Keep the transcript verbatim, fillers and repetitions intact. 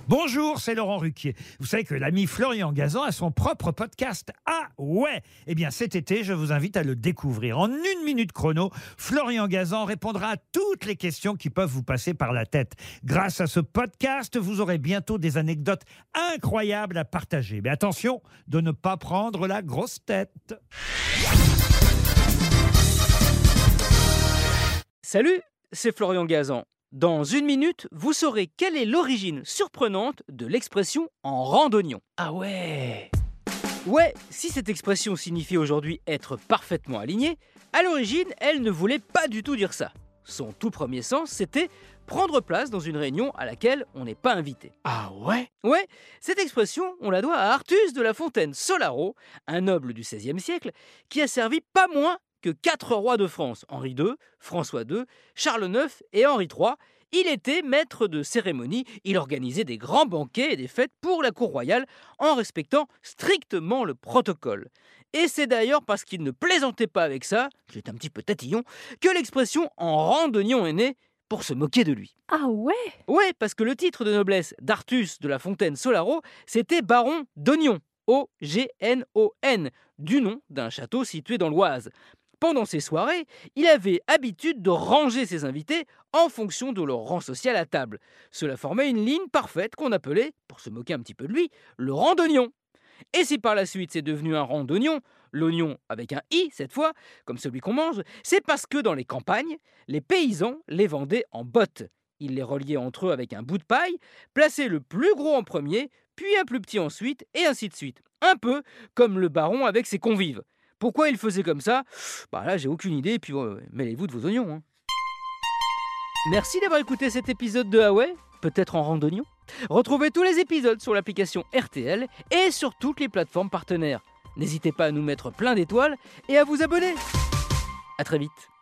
Bonjour, c'est Laurent Ruquier. Vous savez que l'ami Florian Gazan a son propre podcast. Ah ouais! Eh bien cet été, je vous invite à le découvrir. En une minute chrono, Florian Gazan répondra à toutes les questions qui peuvent vous passer par la tête. Grâce à ce podcast, vous aurez bientôt des anecdotes incroyables à partager. Mais attention de ne pas prendre la grosse tête. Salut, c'est Florian Gazan. Dans une minute, vous saurez quelle est l'origine surprenante de l'expression « en randonnion ». Ah ouais Ouais, si cette expression signifie aujourd'hui être parfaitement aligné, à l'origine, elle ne voulait pas du tout dire ça. Son tout premier sens, c'était prendre place dans une réunion à laquelle on n'est pas invité. Ah ouais Ouais, cette expression, on la doit à Artus de la Fontaine Solaro, un noble du seizième siècle, qui a servi pas moins que quatre rois de France, Henri deux, François deux, Charles neuf et Henri trois. Il était maître de cérémonie, il organisait des grands banquets et des fêtes pour la cour royale en respectant strictement le protocole. Et c'est d'ailleurs parce qu'il ne plaisantait pas avec ça, j'étais un petit peu tatillon, que l'expression « en randonnion » est née pour se moquer de lui. Ah ouais? Ouais, parce que le titre de noblesse d'Artus de la Fontaine Solaro, c'était baron d'Ognon, O G N O N, du nom d'un château situé dans l'Oise. Pendant ces soirées, il avait habitude de ranger ses invités en fonction de leur rang social à table. Cela formait une ligne parfaite qu'on appelait, pour se moquer un petit peu de lui, le rang d'oignon. Et si par la suite c'est devenu un rang d'oignon, l'oignon avec un i cette fois, comme celui qu'on mange, c'est parce que dans les campagnes, les paysans les vendaient en bottes. Ils les reliaient entre eux avec un bout de paille, plaçaient le plus gros en premier, puis un plus petit ensuite, et ainsi de suite. Un peu comme le baron avec ses convives. Pourquoi il faisait comme ça? Bah là, j'ai aucune idée, et puis euh, mêlez-vous de vos oignons. Hein. Merci d'avoir écouté cet épisode de Ah ouais, peut-être en randonnion. Retrouvez tous les épisodes sur l'application R T L et sur toutes les plateformes partenaires. N'hésitez pas à nous mettre plein d'étoiles et à vous abonner. À très vite.